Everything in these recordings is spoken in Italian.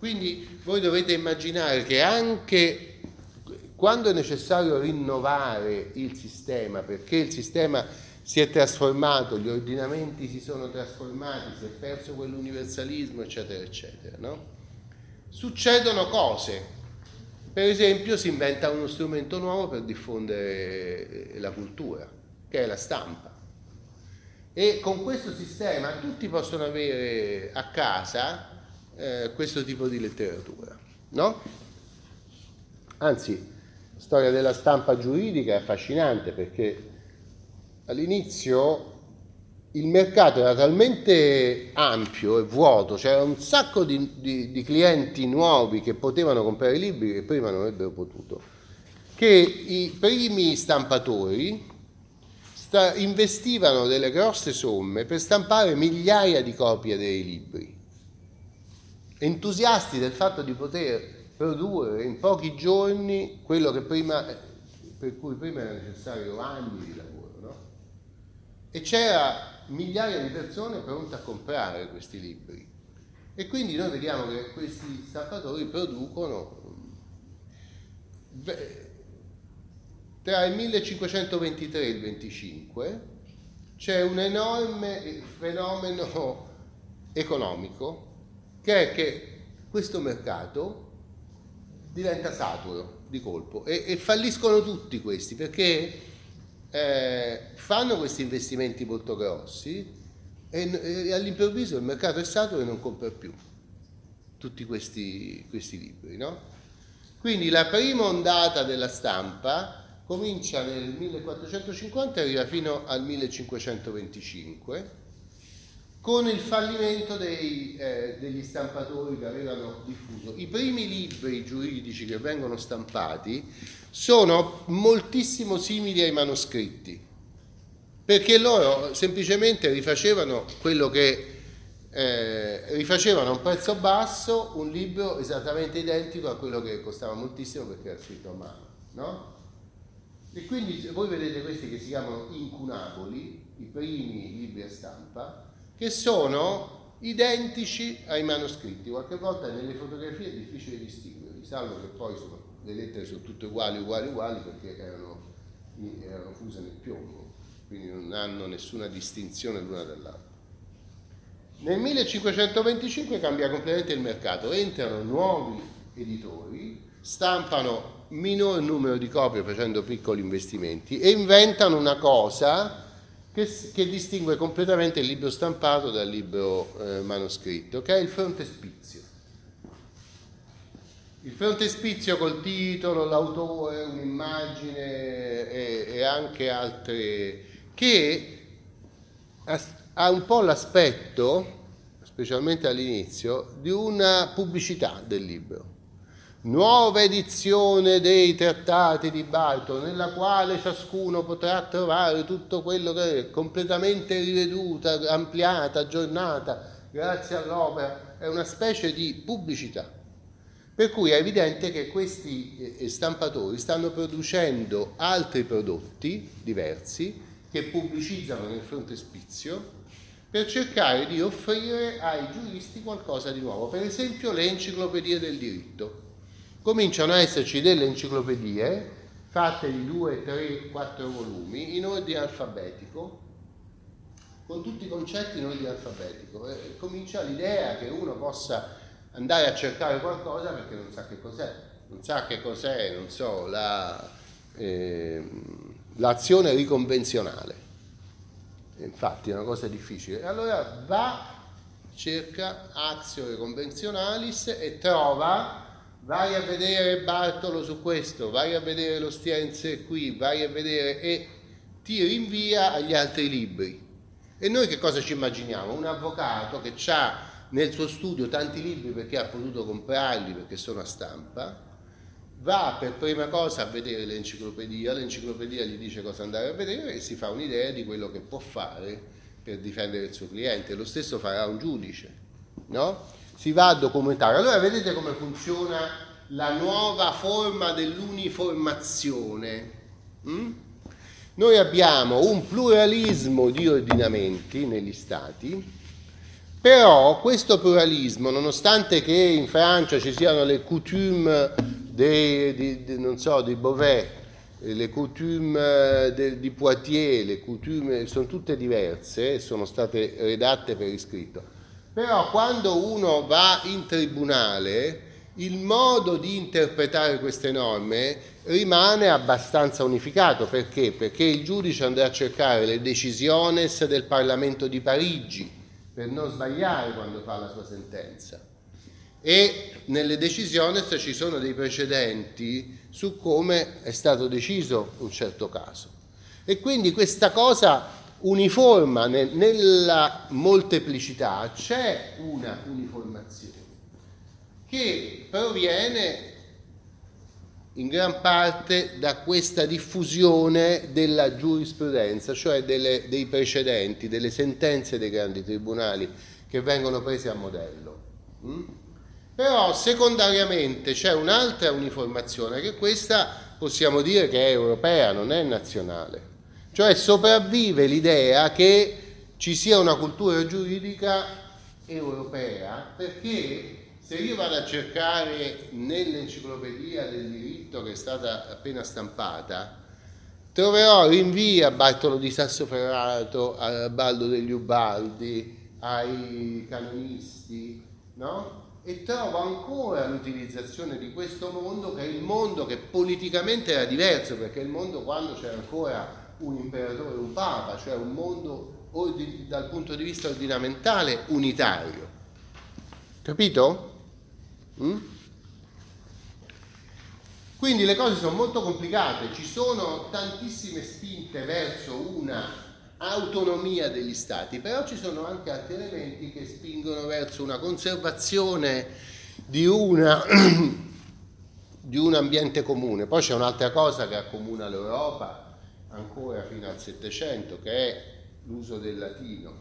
Quindi voi dovete immaginare che anche quando è necessario rinnovare il sistema, perché il sistema si è trasformato, gli ordinamenti si sono trasformati, si è perso quell'universalismo, eccetera, eccetera, no? Succedono cose. Per esempio si inventa uno strumento nuovo per diffondere la cultura, che è la stampa. E con questo sistema tutti possono avere a casa questo tipo di letteratura, no? Anzi, la storia della stampa giuridica è affascinante, perché all'inizio il mercato era talmente ampio e vuoto, c'era un sacco di clienti nuovi che potevano comprare libri che prima non avrebbero potuto, che i primi stampatori investivano delle grosse somme per stampare migliaia di copie dei libri, entusiasti del fatto di poter produrre in pochi giorni quello che prima, per cui prima era necessario anni di lavoro, no? E c'era migliaia di persone pronte a comprare questi libri, e quindi noi vediamo che questi stampatori producono tra il 1523 e il 25 c'è un enorme fenomeno economico, che è che questo mercato diventa saturo di colpo e falliscono tutti questi, perché fanno questi investimenti molto grossi e all'improvviso il mercato è saturo e non compra più tutti questi libri, no? Quindi la prima ondata della stampa comincia nel 1450 e arriva fino al 1525, con il fallimento degli stampatori che avevano diffuso. I primi libri giuridici che vengono stampati sono moltissimo simili ai manoscritti, perché loro semplicemente rifacevano quello che rifacevano a un prezzo basso un libro esattamente identico a quello che costava moltissimo perché era scritto a mano, no? E quindi voi vedete questi che si chiamano incunaboli, i primi libri a stampa, che sono identici ai manoscritti. Qualche volta nelle fotografie è difficile distinguerli, salvo che poi le lettere sono tutte uguali perché erano fuse nel piombo, quindi non hanno nessuna distinzione l'una dall'altra. Nel 1525 cambia completamente il mercato, entrano nuovi editori, stampano minor numero di copie facendo piccoli investimenti e inventano una cosa che distingue completamente il libro stampato dal libro manoscritto, che è il frontespizio. Il frontespizio col titolo, l'autore, un'immagine e anche altre, che ha un po' l'aspetto, specialmente all'inizio, di una pubblicità del libro. Nuova edizione dei trattati di Barton, nella quale ciascuno potrà trovare tutto quello che è completamente riveduta, ampliata, aggiornata, grazie all'opera. È una specie di pubblicità. Per cui è evidente che questi stampatori stanno producendo altri prodotti diversi che pubblicizzano nel frontespizio per cercare di offrire ai giuristi qualcosa di nuovo. Per esempio le enciclopedie del diritto. Cominciano a esserci delle enciclopedie fatte di 2, 3, 4 volumi in ordine alfabetico, con tutti i concetti in ordine alfabetico. Comincia l'idea che uno possa andare a cercare qualcosa perché non sa che cos'è, non so, l'azione riconvenzionale. Infatti è una cosa difficile. Allora cerca actio riconvenzionalis e trova. Vai a vedere Bartolo su questo, vai a vedere lo Stienze qui, vai a vedere, e ti rinvia agli altri libri. E noi che cosa ci immaginiamo? Un avvocato che ha nel suo studio tanti libri perché ha potuto comprarli perché sono a stampa, va per prima cosa a vedere l'enciclopedia gli dice cosa andare a vedere e si fa un'idea di quello che può fare per difendere il suo cliente. Lo stesso farà un giudice, no? Si va a documentare. Allora vedete come funziona la nuova forma dell'uniformazione. Noi abbiamo un pluralismo di ordinamenti negli stati, Però questo pluralismo, nonostante che in Francia ci siano le coutume non so, di Beauvais, le coutume di Poitiers, le coutume sono tutte diverse, sono state redatte per iscritto. Però quando uno va in tribunale, il modo di interpretare queste norme rimane abbastanza unificato. Perché? Perché il giudice andrà a cercare le decisiones del Parlamento di Parigi per non sbagliare quando fa la sua sentenza. E nelle decisioni ci sono dei precedenti su come è stato deciso un certo caso. E quindi questa cosa uniforma nella molteplicità, c'è una uniformazione che proviene in gran parte da questa diffusione della giurisprudenza, cioè dei precedenti, delle sentenze dei grandi tribunali che vengono prese a modello. Però secondariamente c'è un'altra uniformazione, che questa possiamo dire che è europea, non è nazionale. Cioè sopravvive l'idea che ci sia una cultura giuridica europea, perché se io vado a cercare nell'enciclopedia del diritto che è stata appena stampata, troverò rinvii a Bartolo di Sassoferrato, a Baldo degli Ubaldi, ai canonisti, no? E trovo ancora l'utilizzazione di questo mondo, che è il mondo che politicamente era diverso, perché è il mondo quando c'era ancora un imperatore, un papa, cioè un mondo dal punto di vista ordinamentale unitario. Capito? Quindi le cose sono molto complicate, ci sono tantissime spinte verso una autonomia degli stati, però ci sono anche altri elementi che spingono verso una conservazione di un ambiente comune. Poi c'è un'altra cosa che accomuna l'Europa ancora fino al Settecento, che è l'uso del latino.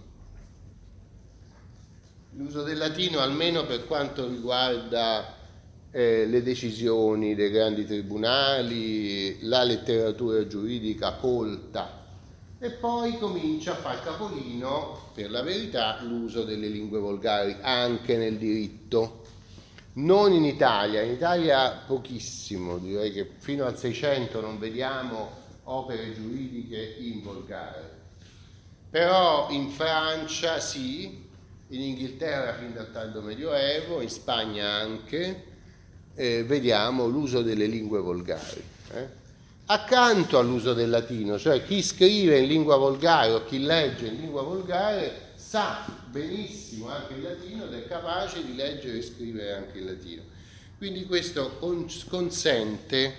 L'uso del latino, almeno per quanto riguarda le decisioni dei grandi tribunali, la letteratura giuridica colta, e poi comincia a far capolino, per la verità, l'uso delle lingue volgari anche nel diritto. Non in Italia pochissimo, direi che fino al 600 non vediamo opere giuridiche in volgare, però in Francia sì, in Inghilterra fin dal tardo Medioevo, in Spagna anche, vediamo l'uso delle lingue volgari. Accanto all'uso del latino, cioè chi scrive in lingua volgare o chi legge in lingua volgare sa benissimo anche il latino ed è capace di leggere e scrivere anche il latino. Quindi questo consente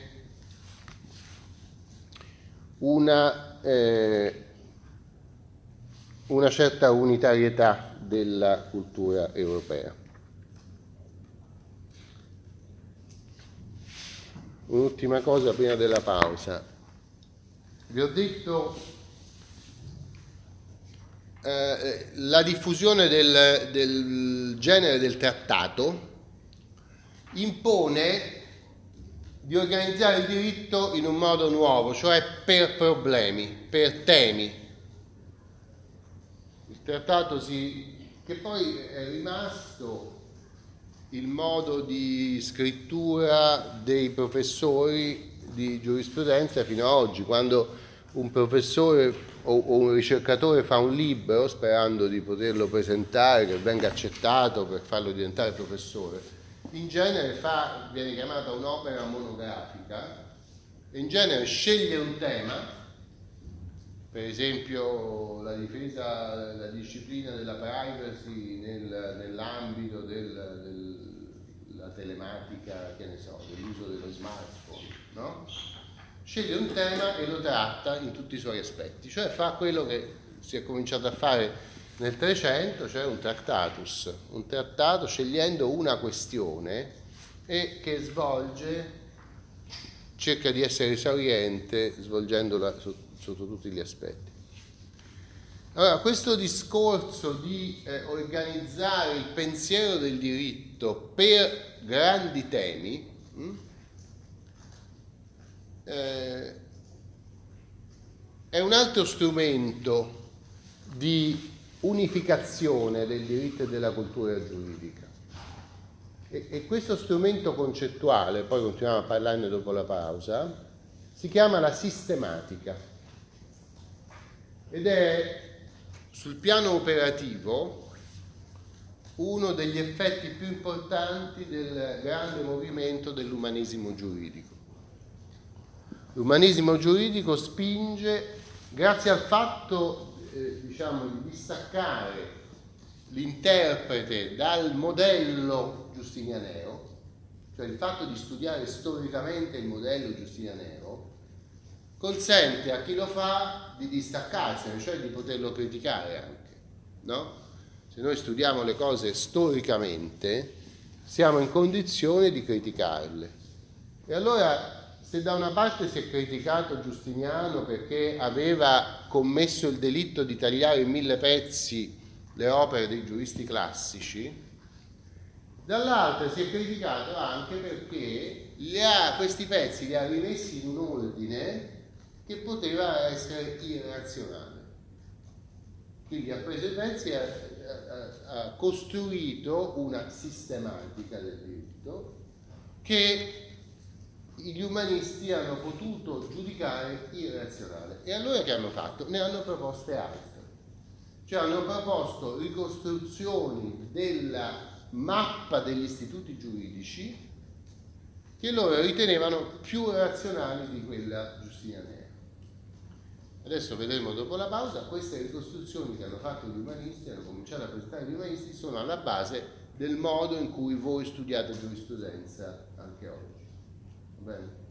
una certa unitarietà della cultura europea. Un'ultima cosa prima della pausa. Vi ho detto la diffusione del genere del trattato impone di organizzare il diritto in un modo nuovo, cioè per problemi, per temi. Il trattato che poi è rimasto il modo di scrittura dei professori di giurisprudenza fino ad oggi. Quando un professore o un ricercatore fa un libro sperando di poterlo presentare, che venga accettato per farlo diventare professore, in genere viene chiamata un'opera monografica, e in genere sceglie un tema, per esempio la disciplina della privacy nell'ambito della telematica, che ne so, dell'uso dello smartphone, no? Sceglie un tema e lo tratta in tutti i suoi aspetti, cioè fa quello che si è cominciato a fare nel 300, cioè un trattato scegliendo una questione e che cerca di essere esauriente svolgendola sotto tutti gli aspetti. Allora, questo discorso di organizzare il pensiero del diritto per grandi temi è un altro strumento di unificazione del diritto e della cultura giuridica. E questo strumento concettuale, poi continuiamo a parlarne dopo la pausa, si chiama la sistematica ed è sul piano operativo uno degli effetti più importanti del grande movimento dell'umanesimo giuridico. L'umanesimo giuridico spinge, grazie al fatto di distaccare l'interprete dal modello giustinianeo, cioè il fatto di studiare storicamente il modello giustinianeo, consente a chi lo fa di distaccarsene, cioè di poterlo criticare anche, no? Se noi studiamo le cose storicamente, siamo in condizione di criticarle. E allora, se da una parte si è criticato Giustiniano perché aveva commesso il delitto di tagliare in 1000 pezzi le opere dei giuristi classici, dall'altra si è criticato anche perché questi pezzi li ha rimessi in un ordine che poteva essere irrazionale. Quindi ha preso i pezzi e ha costruito una sistematica del diritto che gli umanisti hanno potuto giudicare irrazionale. E allora che hanno fatto? Ne hanno proposte altre. Cioè hanno proposto ricostruzioni della mappa degli istituti giuridici che loro ritenevano più razionali di quella giustinianea. Adesso vedremo dopo la pausa, queste ricostruzioni che hanno fatto gli umanisti, hanno cominciato a presentare gli umanisti, sono alla base del modo in cui voi studiate giurisprudenza anche oggi. Va bene?